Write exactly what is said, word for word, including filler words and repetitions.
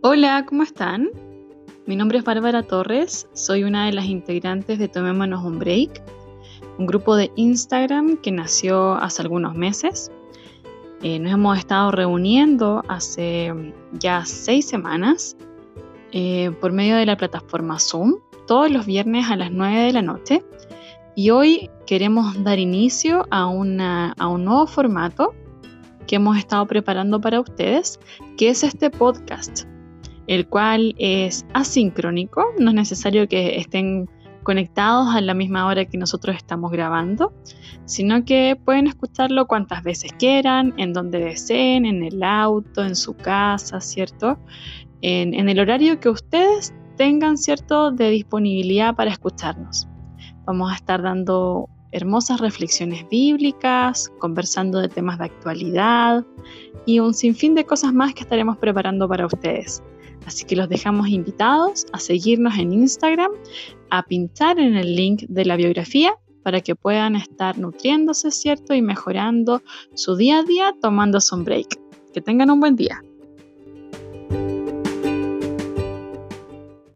Hola, ¿cómo están? Mi nombre es Bárbara Torres, soy una de las integrantes de Tomémonos un Break, un grupo de Instagram que nació hace algunos meses. Eh, nos hemos estado reuniendo hace ya seis semanas eh, por medio de la plataforma Zoom, todos los viernes a las nueve de la noche. Y hoy queremos dar inicio a, una, a un nuevo formato que hemos estado preparando para ustedes, que es este podcast, el cual es asincrónico, no es necesario que estén conectados a la misma hora que nosotros estamos grabando, sino que pueden escucharlo cuantas veces quieran, en donde deseen, en el auto, en su casa, ¿cierto? En, en el horario que ustedes tengan, ¿cierto?, de disponibilidad para escucharnos. Vamos a estar dando hermosas reflexiones bíblicas, conversando de temas de actualidad y un sinfín de cosas más que estaremos preparando para ustedes. Así que los dejamos invitados a seguirnos en Instagram, a pinchar en el link de la biografía para que puedan estar nutriéndose, ¿cierto? Y mejorando su día a día tomándose un break. Que tengan un buen día.